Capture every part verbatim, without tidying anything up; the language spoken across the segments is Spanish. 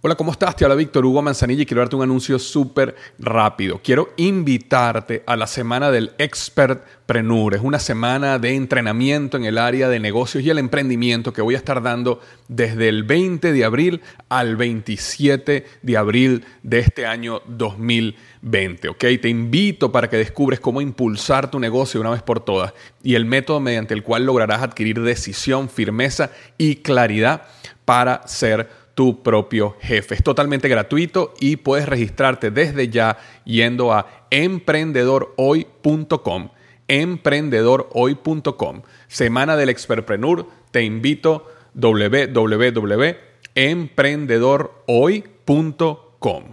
Hola, ¿cómo estás? Te habla Víctor Hugo Manzanilla y quiero darte un anuncio súper rápido. Quiero invitarte a la semana del Expertpreneur. Es una semana de entrenamiento en el área de negocios y el emprendimiento que voy a estar dando desde el veinte de abril al veintisiete de abril de este año dos mil veinte. ¿Ok? Te invito para que descubres cómo impulsar tu negocio de una vez por todas y el método mediante el cual lograrás adquirir decisión, firmeza y claridad para ser tu propio jefe. Es totalmente gratuito y puedes registrarte desde ya yendo a emprendedor hoy punto com. emprendedor hoy punto com. Semana del Expertpreneur. Te invito w w w punto emprendedor hoy punto com.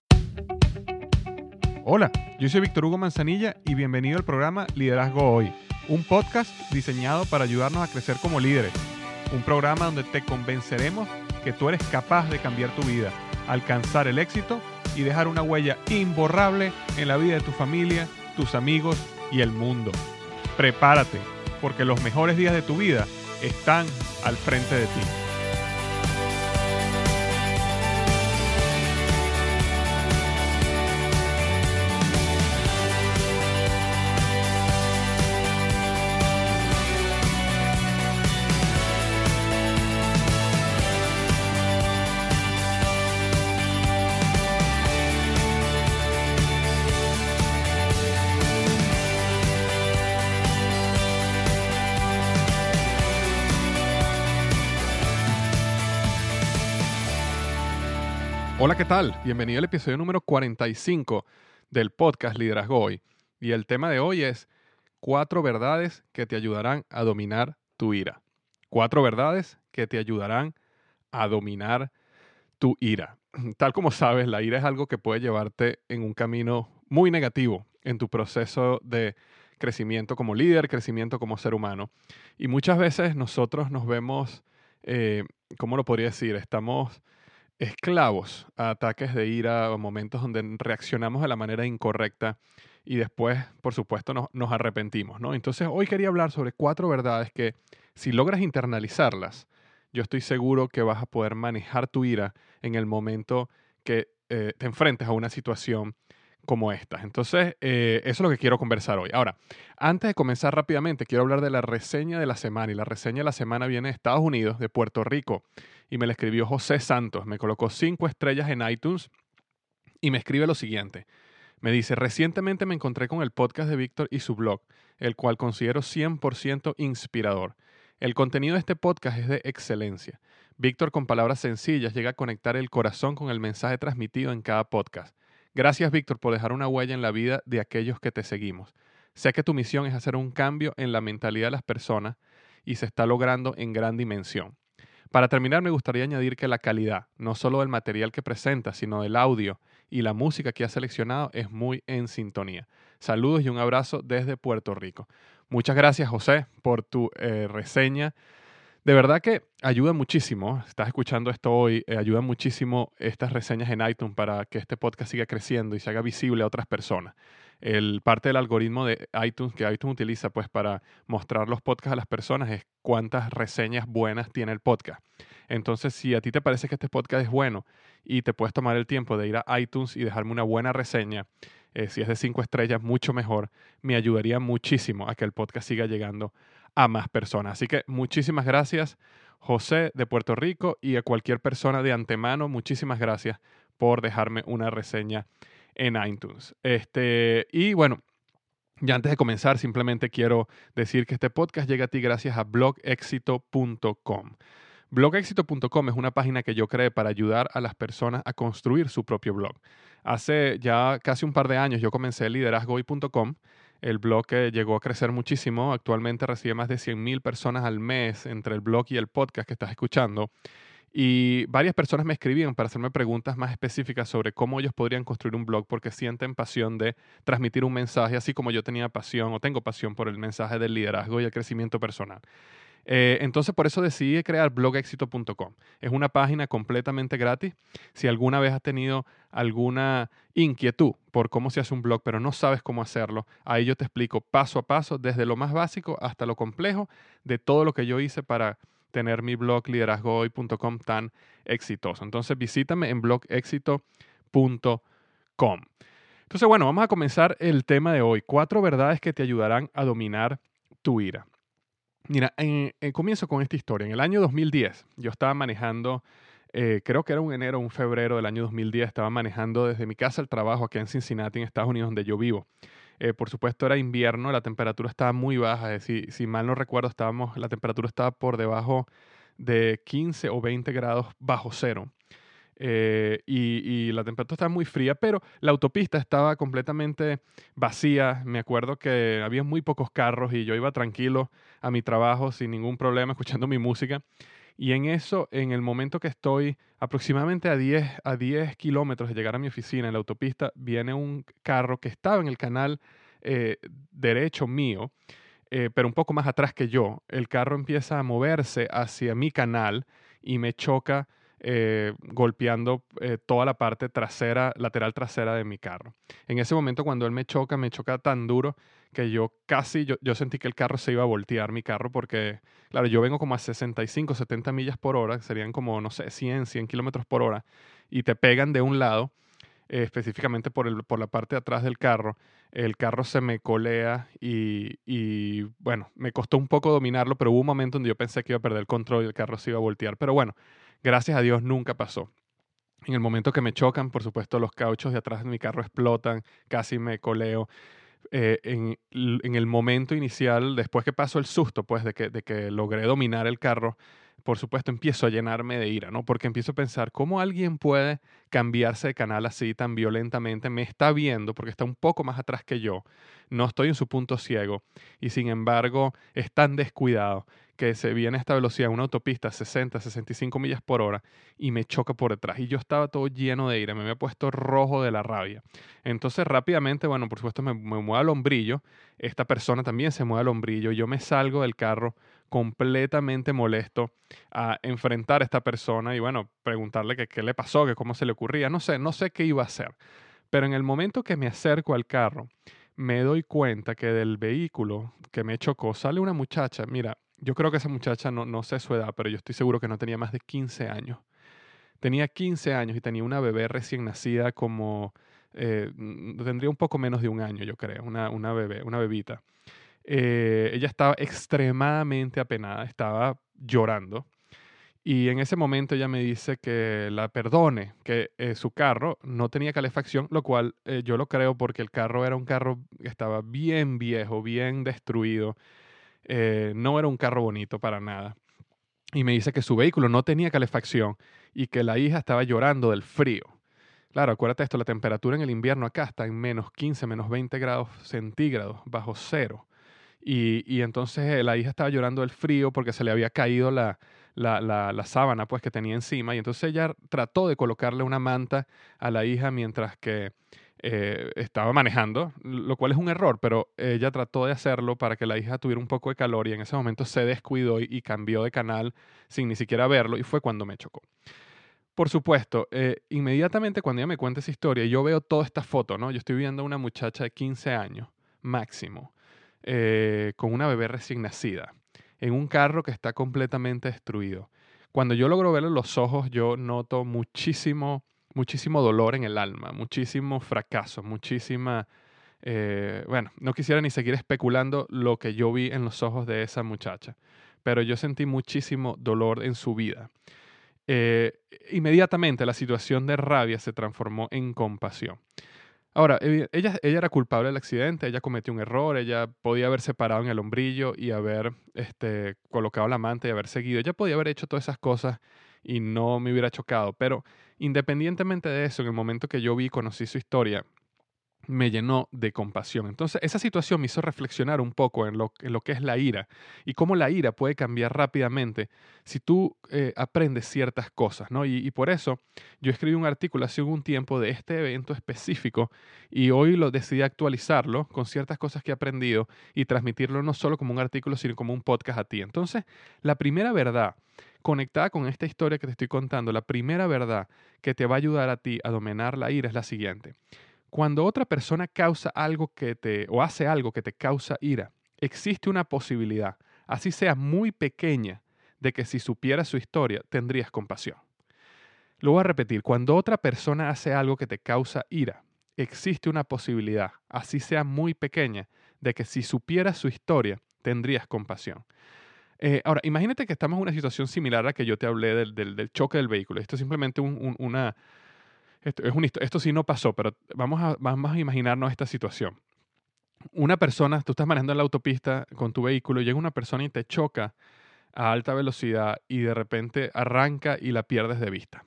Hola, yo soy Víctor Hugo Manzanilla y bienvenido al programa Liderazgo Hoy, un podcast diseñado para ayudarnos a crecer como líderes. Un programa donde te convenceremos que tú eres capaz de cambiar tu vida, alcanzar el éxito y dejar una huella imborrable en la vida de tu familia, tus amigos y el mundo. Prepárate, porque los mejores días de tu vida están al frente de ti. Hola, ¿qué tal? Bienvenido al episodio número cuarenta y cinco del podcast Liderazgo Hoy. Y el tema de hoy es cuatro verdades que te ayudarán a dominar tu ira. Cuatro verdades que te ayudarán a dominar tu ira. Tal como sabes, la ira es algo que puede llevarte en un camino muy negativo en tu proceso de crecimiento como líder, crecimiento como ser humano. Y muchas veces nosotros nos vemos, eh, ¿cómo lo podría decir? Estamos esclavos a ataques de ira o momentos donde reaccionamos de la manera incorrecta y después, por supuesto, nos, nos arrepentimos, ¿no? Entonces, hoy quería hablar sobre cuatro verdades que, si logras internalizarlas, yo estoy seguro que vas a poder manejar tu ira en el momento que eh, te enfrentes a una situación como esta. Entonces, eh, eso es lo que quiero conversar hoy. Ahora, antes de comenzar rápidamente, quiero hablar de la reseña de la semana. Y la reseña de la semana viene de Estados Unidos, de Puerto Rico. Y me la escribió José Santos. Me colocó cinco estrellas en iTunes y me escribe lo siguiente. Me dice, recientemente me encontré con el podcast de Víctor y su blog, el cual considero cien por ciento inspirador. El contenido de este podcast es de excelencia. Víctor, con palabras sencillas, llega a conectar el corazón con el mensaje transmitido en cada podcast. Gracias, Víctor, por dejar una huella en la vida de aquellos que te seguimos. Sé que tu misión es hacer un cambio en la mentalidad de las personas y se está logrando en gran dimensión. Para terminar, me gustaría añadir que la calidad, no solo del material que presenta, sino del audio y la música que has seleccionado es muy en sintonía. Saludos y un abrazo desde Puerto Rico. Muchas gracias, José, por tu eh, reseña. De verdad que ayuda muchísimo, estás escuchando esto hoy, eh, ayuda muchísimo estas reseñas en iTunes para que este podcast siga creciendo y se haga visible a otras personas. El parte del algoritmo de iTunes que iTunes utiliza pues para mostrar los podcasts a las personas es cuántas reseñas buenas tiene el podcast. Entonces, si a ti te parece que este podcast es bueno y te puedes tomar el tiempo de ir a iTunes y dejarme una buena reseña, eh, si es de cinco estrellas, mucho mejor, me ayudaría muchísimo a que el podcast siga llegando a más personas. Así que muchísimas gracias, José de Puerto Rico, y a cualquier persona de antemano, muchísimas gracias por dejarme una reseña en iTunes. Este, y bueno, ya antes de comenzar, simplemente quiero decir que este podcast llega a ti gracias a blog éxito punto com. blog éxito punto com es una página que yo creé para ayudar a las personas a construir su propio blog. Hace ya casi un par de años yo comencé liderazgo hoy punto com, el blog que llegó a crecer muchísimo. Actualmente recibe más de cien mil personas al mes entre el blog y el podcast que estás escuchando. Y varias personas me escribían para hacerme preguntas más específicas sobre cómo ellos podrían construir un blog porque sienten pasión de transmitir un mensaje, así como yo tenía pasión o tengo pasión por el mensaje del liderazgo y el crecimiento personal. Eh, entonces, por eso decidí crear blog éxito punto com. Es una página completamente gratis. Si alguna vez has tenido alguna inquietud por cómo se hace un blog, pero no sabes cómo hacerlo, ahí yo te explico paso a paso, desde lo más básico hasta lo complejo, de todo lo que yo hice para tener mi blog liderazgo hoy punto com tan exitoso. Entonces visítame en blog éxito punto com. Entonces, bueno, vamos a comenzar el tema de hoy. Cuatro verdades que te ayudarán a dominar tu ira. Mira, en, en- comienzo con esta historia. En el año dos mil diez, yo estaba manejando, eh, creo que era un enero o un febrero del año dos mil diez, estaba manejando desde mi casa al trabajo aquí en Cincinnati, en Estados Unidos, donde yo vivo. Eh, por supuesto, era invierno, la temperatura estaba muy baja. eh, Si, si mal no recuerdo, estábamos, la temperatura estaba por debajo de quince o veinte grados bajo cero. Eh, y, y la temperatura estaba muy fría, pero la autopista estaba completamente vacía. Me acuerdo que había muy pocos carros y yo iba tranquilo a mi trabajo sin ningún problema, escuchando mi música. Y en eso, en el momento que estoy aproximadamente a diez, a diez kilómetros de llegar a mi oficina en la autopista, viene un carro que estaba en el canal eh, derecho mío, eh, pero un poco más atrás que yo. El carro empieza a moverse hacia mi canal y me choca, eh, golpeando eh, toda la parte trasera, lateral trasera de mi carro. En ese momento, cuando él me choca, me choca tan duro que yo casi, yo, yo sentí que el carro se iba a voltear, mi carro, porque, claro, yo vengo como a sesenta y cinco, setenta millas por hora, que serían como, no sé, cien, cien kilómetros por hora, y te pegan de un lado, eh, específicamente por, el, por la parte de atrás del carro. El carro se me colea y, y, bueno, me costó un poco dominarlo, pero hubo un momento donde yo pensé que iba a perder el control y el carro se iba a voltear. Pero bueno, gracias a Dios nunca pasó. En el momento que me chocan, por supuesto, los cauchos de atrás de mi carro explotan, casi me coleo. Eh, en, en el momento inicial, después que pasó el susto, pues, de que, de que logré dominar el carro, por supuesto, empiezo a llenarme de ira, ¿no? Porque empiezo a pensar, ¿cómo alguien puede cambiarse de canal así tan violentamente? Me está viendo porque está un poco más atrás que yo, no estoy en su punto ciego y sin embargo es tan descuidado que se viene a esta velocidad, una autopista, sesenta, sesenta y cinco millas por hora, y me choca por detrás. Y yo estaba todo lleno de ira, me había puesto rojo de la rabia. Entonces rápidamente, bueno, por supuesto me, me muevo al hombrillo, esta persona también se mueve al hombrillo, yo me salgo del carro completamente molesto a enfrentar a esta persona y bueno, preguntarle que qué le pasó, que cómo se le ocurría, no sé, no sé qué iba a hacer. Pero en el momento que me acerco al carro, me doy cuenta que del vehículo que me chocó sale una muchacha. Mira, yo creo que esa muchacha, no, no sé su edad, pero yo estoy seguro que no tenía más de quince años. Tenía quince años y tenía una bebé recién nacida como, eh, mm, tendría un poco menos de un año, yo creo, una, una bebé, una bebita. Eh, ella estaba extremadamente apenada, estaba llorando. Y en ese momento ella me dice que la perdone, que eh, su carro no tenía calefacción, lo cual eh, yo lo creo porque el carro era un carro que estaba bien viejo, bien destruido. Eh, no era un carro bonito para nada. Y me dice que su vehículo no tenía calefacción y que la hija estaba llorando del frío. Claro, acuérdate esto, la temperatura en el invierno acá está en menos quince, menos veinte grados centígrados, bajo cero. Y, y entonces eh, la hija estaba llorando del frío porque se le había caído la, la, la, la sábana pues, que tenía encima. Y entonces ella trató de colocarle una manta a la hija mientras que eh, estaba manejando, lo cual es un error, pero ella trató de hacerlo para que la hija tuviera un poco de calor y en ese momento se descuidó y, y cambió de canal sin ni siquiera verlo y fue cuando me chocó. Por supuesto, eh, inmediatamente cuando ella me cuenta esa historia, yo veo toda esta foto, ¿no? Yo estoy viendo a una muchacha de quince años, máximo, eh, con una bebé recién nacida, en un carro que está completamente destruido. Cuando yo logro verle los ojos, yo noto muchísimo, muchísimo dolor en el alma, muchísimo fracaso, muchísima... eh, bueno, no quisiera ni seguir especulando lo que yo vi en los ojos de esa muchacha, pero yo sentí muchísimo dolor en su vida. Eh, inmediatamente la situación de rabia se transformó en compasión. Ahora, evi- ella, ella era culpable del accidente, ella cometió un error, ella podía haberse parado en el hombrillo y haber este, colocado la manta y haber seguido. Ella podía haber hecho todas esas cosas y no me hubiera chocado. Pero independientemente de eso, en el momento que yo vi y conocí su historia, me llenó de compasión. Entonces, esa situación me hizo reflexionar un poco en lo, en lo que es la ira y cómo la ira puede cambiar rápidamente si tú eh, aprendes ciertas cosas, ¿no? Y, y por eso yo escribí un artículo hace un tiempo de este evento específico y hoy lo decidí actualizarlo con ciertas cosas que he aprendido y transmitirlo no solo como un artículo, sino como un podcast a ti. Entonces, la primera verdad conectada con esta historia que te estoy contando, la primera verdad que te va a ayudar a ti a dominar la ira es la siguiente. Cuando otra persona causa algo que te, o hace algo que te causa ira, existe una posibilidad, así sea muy pequeña, de que si supieras su historia, tendrías compasión. Lo voy a repetir, cuando otra persona hace algo que te causa ira, existe una posibilidad, así sea muy pequeña, de que si supieras su historia, tendrías compasión. Eh, ahora, imagínate que estamos en una situación similar a la que yo te hablé del, del- del choque del vehículo. Esto es simplemente un- un- una... Esto, es una histo- esto sí no pasó, pero vamos a, vamos a imaginarnos esta situación. Una persona, tú estás manejando en la autopista con tu vehículo, llega una persona y te choca a alta velocidad y de repente arranca y la pierdes de vista.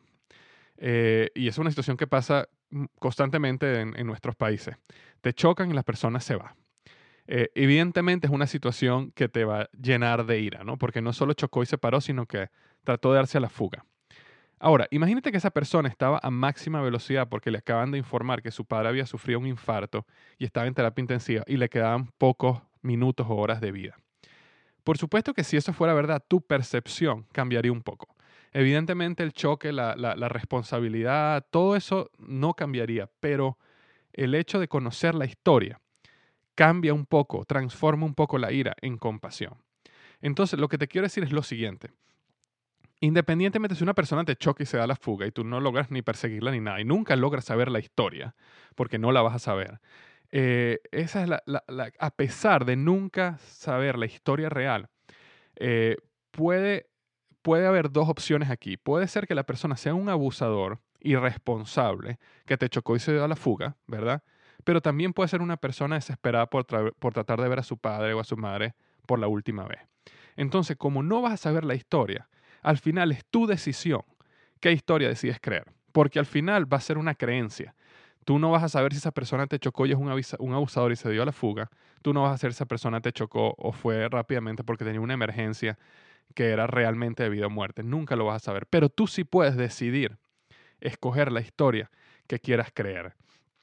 Eh, y es una situación que pasa mm, constantemente en, en nuestros países. Te chocan y la persona se va. Eh, evidentemente es una situación que te va a llenar de ira, ¿no? Porque no solo chocó y se paró, sino que trató de darse a la fuga. Ahora, imagínate que esa persona estaba a máxima velocidad porque le acaban de informar que su padre había sufrido un infarto y estaba en terapia intensiva y le quedaban pocos minutos o horas de vida. Por supuesto que si eso fuera verdad, tu percepción cambiaría un poco. Evidentemente el choque, la, la- la responsabilidad, todo eso no cambiaría, pero el hecho de conocer la historia cambia un poco, transforma un poco la ira en compasión. Entonces, lo que te quiero decir es lo siguiente. Independientemente si una persona te choca y se da la fuga y tú no logras ni perseguirla ni nada y nunca logras saber la historia, porque no la vas a saber, eh, esa es la, la- la- a pesar de nunca saber la historia real, eh, puede, puede haber dos opciones aquí. Puede ser que la persona sea un abusador irresponsable que te chocó y se dio a la fuga, ¿verdad? Pero también puede ser una persona desesperada por, tra- por tratar de ver a su padre o a su madre por la última vez. Entonces, como no vas a saber la historia, al final es tu decisión qué historia decides creer, porque al final va a ser una creencia. Tú no vas a saber si esa persona te chocó y es un, avisa- un abusador y se dio a la fuga. Tú no vas a saber si esa persona te chocó o fue rápidamente porque tenía una emergencia que era realmente de vida o muerte. Nunca lo vas a saber. Pero tú sí puedes decidir escoger la historia que quieras creer.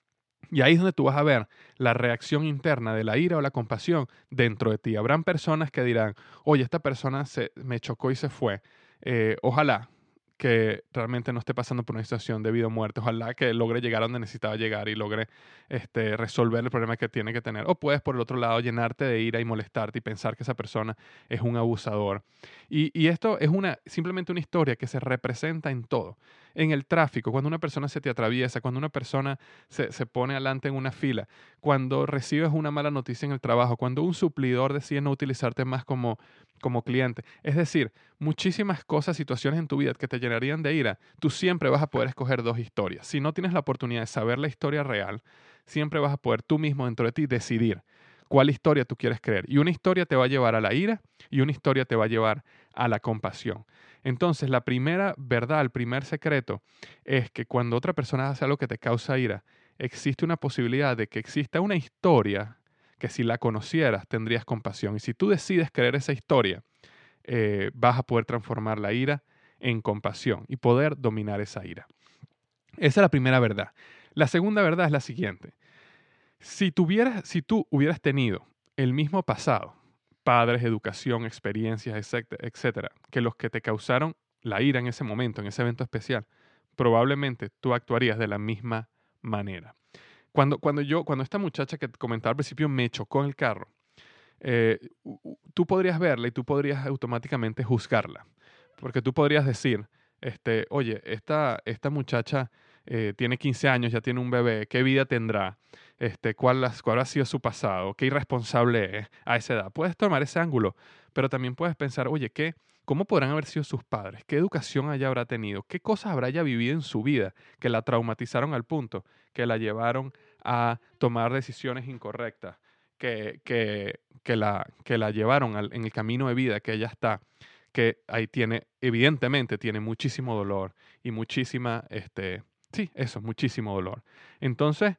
Y ahí es donde tú vas a ver la reacción interna de la ira o la compasión dentro de ti. Habrán personas que dirán, oye, esta persona se, me chocó y se fue. Eh, ojalá que realmente no esté pasando por una situación de vida o muerte. Ojalá que logre llegar a donde necesitaba llegar y logre este, resolver el problema que tiene que tener. O puedes, por el otro lado, llenarte de ira y molestarte y pensar que esa persona es un abusador. Y, y esto es una, simplemente una historia que se representa en todo. En el tráfico, cuando una persona se te atraviesa, cuando una persona se, se pone adelante en una fila, cuando recibes una mala noticia en el trabajo, cuando un suplidor decide no utilizarte más como, como cliente. Es decir, muchísimas cosas, situaciones en tu vida que te llenarían de ira, tú siempre vas a poder escoger dos historias. Si no tienes la oportunidad de saber la historia real, siempre vas a poder tú mismo dentro de ti decidir cuál historia tú quieres creer. Y una historia te va a llevar a la ira y una historia te va a llevar a la compasión. Entonces, la primera verdad, el primer secreto es que cuando otra persona hace algo que te causa ira, existe una posibilidad de que exista una historia que si la conocieras tendrías compasión. Y si tú decides creer esa historia, eh, vas a poder transformar la ira en compasión y poder dominar esa ira. Esa es la primera verdad. La segunda verdad es la siguiente. Si, tuvieras, si tú hubieras tenido el mismo pasado, padres, educación, experiencias, etcétera, etcétera, que los que te causaron la ira en ese momento, en ese evento especial, probablemente tú actuarías de la misma manera. Cuando, cuando yo, cuando esta muchacha que te comentaba al principio me chocó en el carro, eh, u- u- tú podrías verla y tú podrías automáticamente juzgarla. Porque tú podrías decir, este, oye, esta, esta muchacha eh, tiene quince años, ya tiene un bebé, ¿qué vida tendrá? Este, ¿cuál, has- cuál ha sido su pasado? ¿Qué irresponsable es a esa edad? Puedes tomar ese ángulo, pero también puedes pensar, oye, ¿qué, ¿cómo podrán haber sido sus padres? ¿Qué educación ella habrá tenido? ¿Qué cosas habrá ella vivido en su vida que la traumatizaron al punto que la llevaron a tomar decisiones incorrectas? Que, que, que la, que la llevaron al- en el camino de vida que ella está, que ahí tiene, evidentemente tiene muchísimo dolor y muchísima, este, sí, eso, muchísimo dolor. Entonces,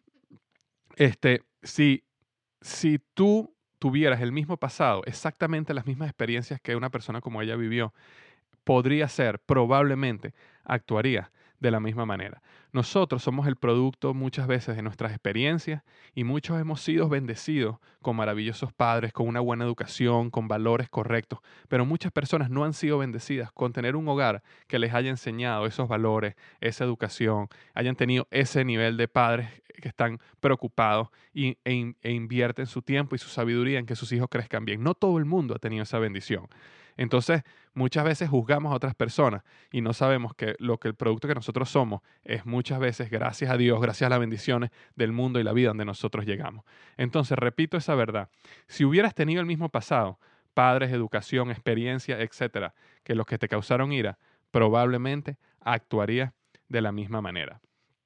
este, si, si tú tuvieras el mismo pasado, exactamente las mismas experiencias que una persona como ella vivió, podría ser, probablemente, actuaría de la misma manera. Nosotros somos el producto muchas veces de nuestras experiencias y muchos hemos sido bendecidos con maravillosos padres, con una buena educación, con valores correctos, pero muchas personas no han sido bendecidas con tener un hogar que les haya enseñado esos valores, esa educación, hayan tenido ese nivel de padres que están preocupados y, e, in- e invierten su tiempo y su sabiduría en que sus hijos crezcan bien. No todo el mundo ha tenido esa bendición. Entonces, Muchas veces juzgamos a otras personas y no sabemos que lo que el producto que nosotros somos es muchas veces gracias a Dios, gracias a las bendiciones del mundo y la vida donde nosotros llegamos. Entonces, repito esa verdad. Si hubieras tenido el mismo pasado, padres, educación, experiencia, etcétera, que los que te causaron ira, probablemente actuarías de la misma manera.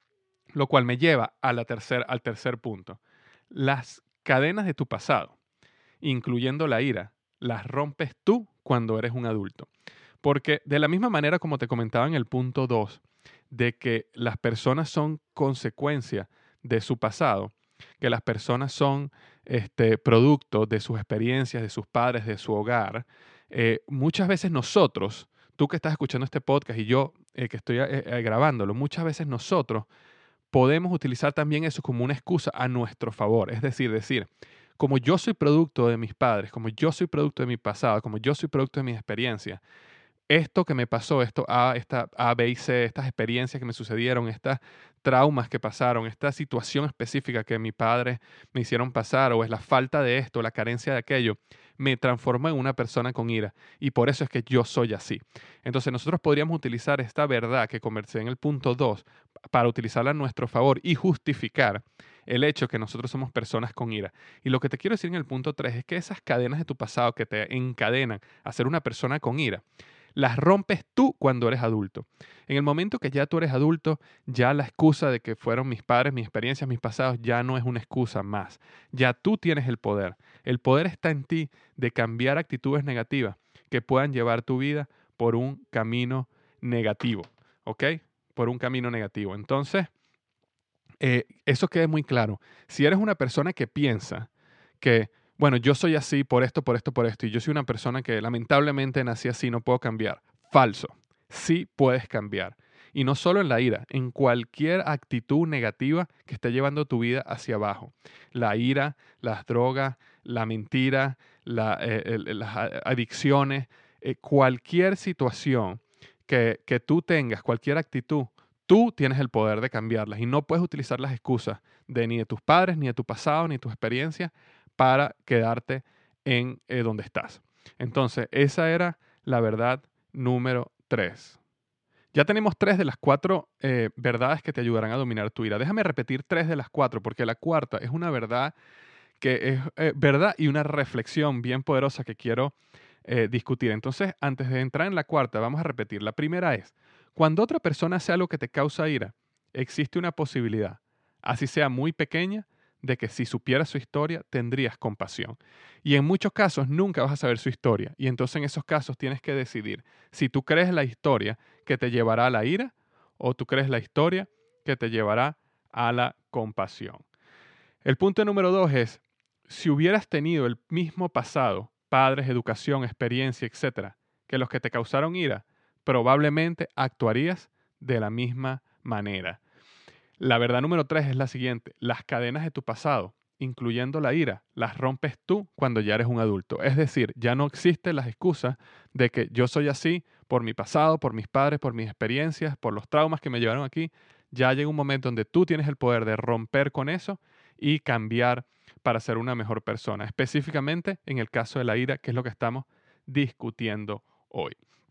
Lo cual me lleva a la tercer, al tercer punto. Las cadenas de tu pasado, incluyendo la ira, las rompes tú cuando eres un adulto. Porque de la misma manera como te comentaba en el punto dos, de que las personas son consecuencia de su pasado, que las personas son este, producto de sus experiencias, de sus padres, de su hogar, eh, muchas veces nosotros, tú que estás escuchando este podcast y yo eh, que estoy eh, eh, grabándolo, muchas veces nosotros podemos utilizar también eso como una excusa a nuestro favor. Es decir, decir, como yo soy producto de mis padres, como yo soy producto de mi pasado, como yo soy producto de mis experiencias, esto que me pasó, esto A, esta A, B y C, estas experiencias que me sucedieron, estas traumas que pasaron, esta situación específica que mi padre me hicieron pasar, o es la falta de esto, la carencia de aquello, me transformó en una persona con ira. Y por eso es que yo soy así. Entonces nosotros podríamos utilizar esta verdad que conversé en el punto dos para utilizarla a nuestro favor y justificar el hecho que nosotros somos personas con ira. Y lo que te quiero decir en el punto tres es que esas cadenas de tu pasado que te encadenan a ser una persona con ira, las rompes tú cuando eres adulto. En el momento que ya tú eres adulto, ya la excusa de que fueron mis padres, mis experiencias, mis pasados, ya no es una excusa más. Ya tú tienes el poder. El poder está en ti de cambiar actitudes negativas que puedan llevar tu vida por un camino negativo. ¿Ok? Por un camino negativo. Entonces, eh, eso quede muy claro. Si eres una persona que piensa que bueno, yo soy así por esto, por esto, por esto, y yo soy una persona que lamentablemente nací así, no puedo cambiar. Falso. Sí puedes cambiar. Y no solo en la ira, en cualquier actitud negativa que esté llevando tu vida hacia abajo. La ira, las drogas, la mentira, la, eh, el, las adicciones, eh, cualquier situación que, que tú tengas, cualquier actitud, tú tienes el poder de cambiarlas y no puedes utilizar las excusas de ni de tus padres, ni de tu pasado, ni de tus experiencias para quedarte en eh, donde estás. Entonces, esa era la verdad número tres. Ya tenemos tres de las cuatro eh, verdades que te ayudarán a dominar tu ira. Déjame repetir tres de las cuatro, porque la cuarta es una verdad que es eh, verdad y una reflexión bien poderosa que quiero eh, discutir. Entonces, antes de entrar en la cuarta, vamos a repetir. La primera es, cuando otra persona hace algo que te causa ira, existe una posibilidad, así sea muy pequeña, de que si supieras su historia, tendrías compasión. Y en muchos casos nunca vas a saber su historia. Y entonces en esos casos tienes que decidir si tú crees la historia que te llevará a la ira o tú crees la historia que te llevará a la compasión. El punto número dos es, si hubieras tenido el mismo pasado, padres, educación, experiencia, etcétera, que los que te causaron ira, probablemente actuarías de la misma manera. La verdad número tres es la siguiente. Las cadenas de tu pasado, incluyendo la ira, las rompes tú cuando ya eres un adulto. Es decir, ya no existen las excusas de que yo soy así por mi pasado, por mis padres, por mis experiencias, por los traumas que me llevaron aquí. Ya llega un momento donde tú tienes el poder de romper con eso y cambiar para ser una mejor persona. Específicamente en el caso de la ira, que es lo que estamos discutiendo hoy.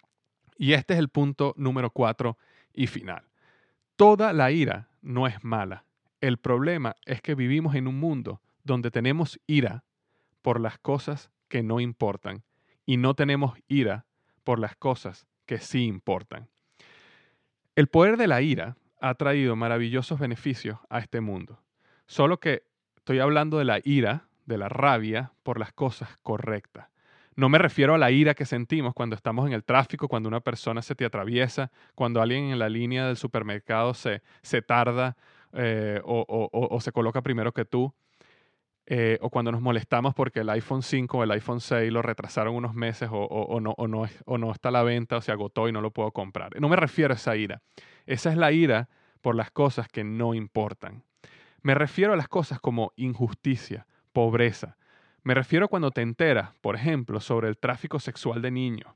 Y este es el punto número cuatro y final. Toda la ira no es mala. El problema es que vivimos en un mundo donde tenemos ira por las cosas que no importan y no tenemos ira por las cosas que sí importan. El poder de la ira ha traído maravillosos beneficios a este mundo. Solo que estoy hablando de la ira, de la rabia por las cosas correctas. No me refiero a la ira que sentimos cuando estamos en el tráfico, cuando una persona se te atraviesa, cuando alguien en la línea del supermercado se, se tarda eh, o, o, o se coloca primero que tú, eh, o cuando nos molestamos porque el iPhone cinco o el iPhone seis lo retrasaron unos meses o, o, o, no, o, no, o no está a la venta o se agotó y no lo puedo comprar. No me refiero a esa ira. Esa es la ira por las cosas que no importan. Me refiero a las cosas como injusticia, pobreza. Me refiero cuando te enteras, por ejemplo, sobre el tráfico sexual de niños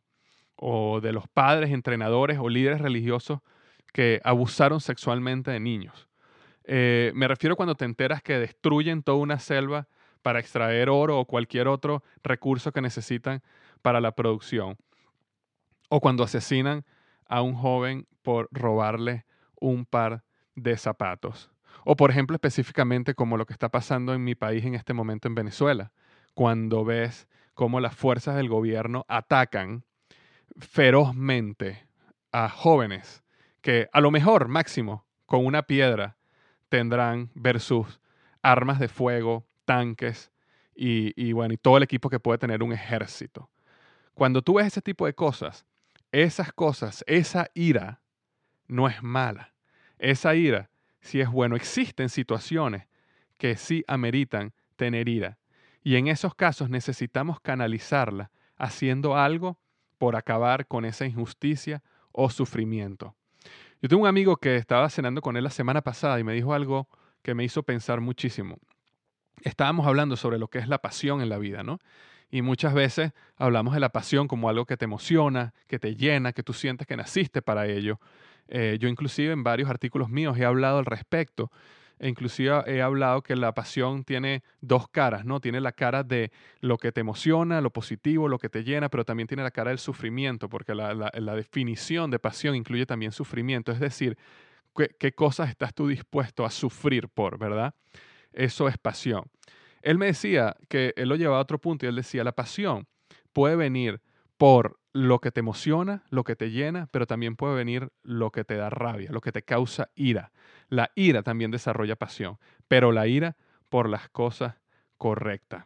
o de los padres, entrenadores o líderes religiosos que abusaron sexualmente de niños. Eh, me refiero cuando te enteras que destruyen toda una selva para extraer oro o cualquier otro recurso que necesitan para la producción. O cuando asesinan a un joven por robarle un par de zapatos. O por ejemplo, específicamente como lo que está pasando en mi país en este momento en Venezuela, cuando ves cómo las fuerzas del gobierno atacan ferozmente a jóvenes que a lo mejor máximo con una piedra tendrán versus armas de fuego, tanques y, y bueno, y todo el equipo que puede tener un ejército. Cuando tú ves ese tipo de cosas, esas cosas, esa ira no es mala. Esa ira sí es bueno. Existen situaciones que sí ameritan tener ira. Y en esos casos necesitamos canalizarla haciendo algo por acabar con esa injusticia o sufrimiento. Yo tengo un amigo que estaba cenando con él la semana pasada y me dijo algo que me hizo pensar muchísimo. Estábamos hablando sobre lo que es la pasión en la vida, ¿no? Y muchas veces hablamos de la pasión como algo que te emociona, que te llena, que tú sientes que naciste para ello. Eh, yo inclusive en varios artículos míos he hablado al respecto. E inclusive he hablado que la pasión tiene dos caras, ¿no? Tiene la cara de lo que te emociona, lo positivo, lo que te llena, pero también tiene la cara del sufrimiento, porque la, la- la definición de pasión incluye también sufrimiento. Es decir, qué, qué cosas estás tú dispuesto a sufrir por, ¿verdad? Eso es pasión. Él me decía que él lo llevaba a otro punto y él decía, la pasión puede venir por lo que te emociona, lo que te llena, pero también puede venir lo que te da rabia, lo que te causa ira. La ira también desarrolla pasión, pero la ira por las cosas correctas.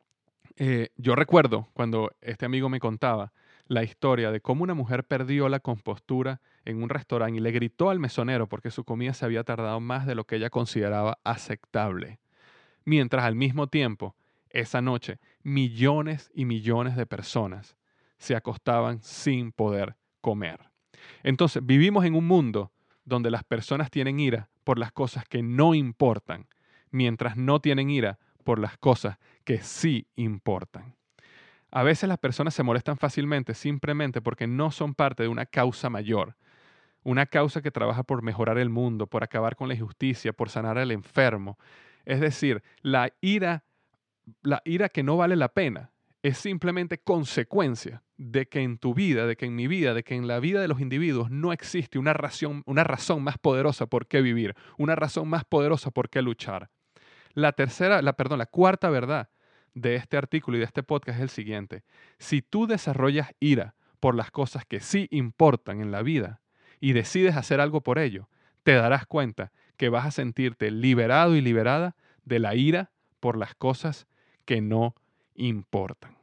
Eh, yo recuerdo cuando este amigo me contaba la historia de cómo una mujer perdió la compostura en un restaurante y le gritó al mesonero porque su comida se había tardado más de lo que ella consideraba aceptable. Mientras al mismo tiempo, esa noche, millones y millones de personas se acostaban sin poder comer. Entonces, vivimos en un mundo donde las personas tienen ira por las cosas que no importan, mientras no tienen ira por las cosas que sí importan. A veces las personas se molestan fácilmente simplemente porque no son parte de una causa mayor, una causa que trabaja por mejorar el mundo, por acabar con la injusticia, por sanar al enfermo. Es decir, la ira, la ira que no vale la pena es simplemente consecuencia de que en tu vida, de que en mi vida, de que en la vida de los individuos no existe una razón, una razón más poderosa por qué vivir, una razón más poderosa por qué luchar. La tercera, la, perdón, la cuarta verdad de este artículo y de este podcast es el siguiente. Si tú desarrollas ira por las cosas que sí importan en la vida y decides hacer algo por ello, te darás cuenta que vas a sentirte liberado y liberada de la ira por las cosas que no importan.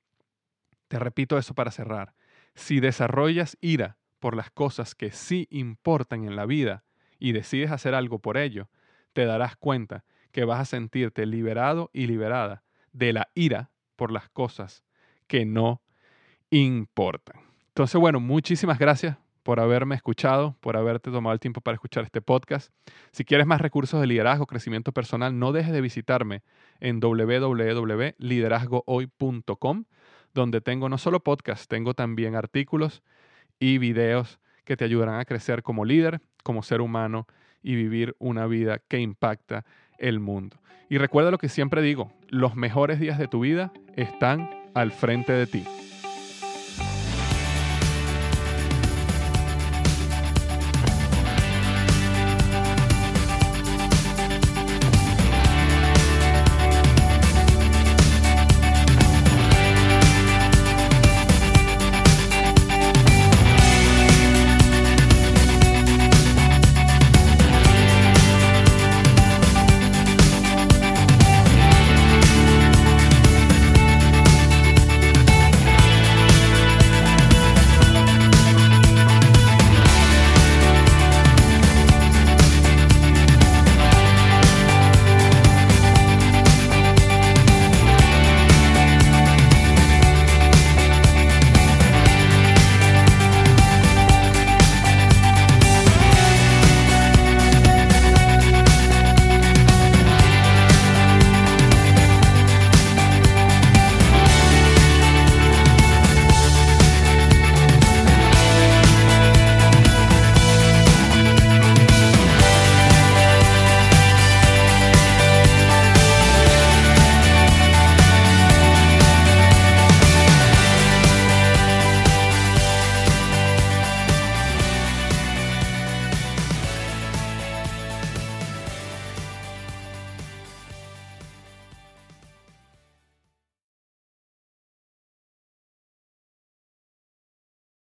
Te repito eso para cerrar. Si desarrollas ira por las cosas que sí importan en la vida y decides hacer algo por ello, te darás cuenta que vas a sentirte liberado y liberada de la ira por las cosas que no importan. Entonces, bueno, muchísimas gracias por haberme escuchado, por haberte tomado el tiempo para escuchar este podcast. Si quieres más recursos de liderazgo, crecimiento personal, no dejes de visitarme en w w w punto liderazgo hoy punto com, donde tengo no solo podcast, tengo también artículos y videos que te ayudarán a crecer como líder, como ser humano y vivir una vida que impacta el mundo. Y recuerda lo que siempre digo, los mejores días de tu vida están al frente de ti.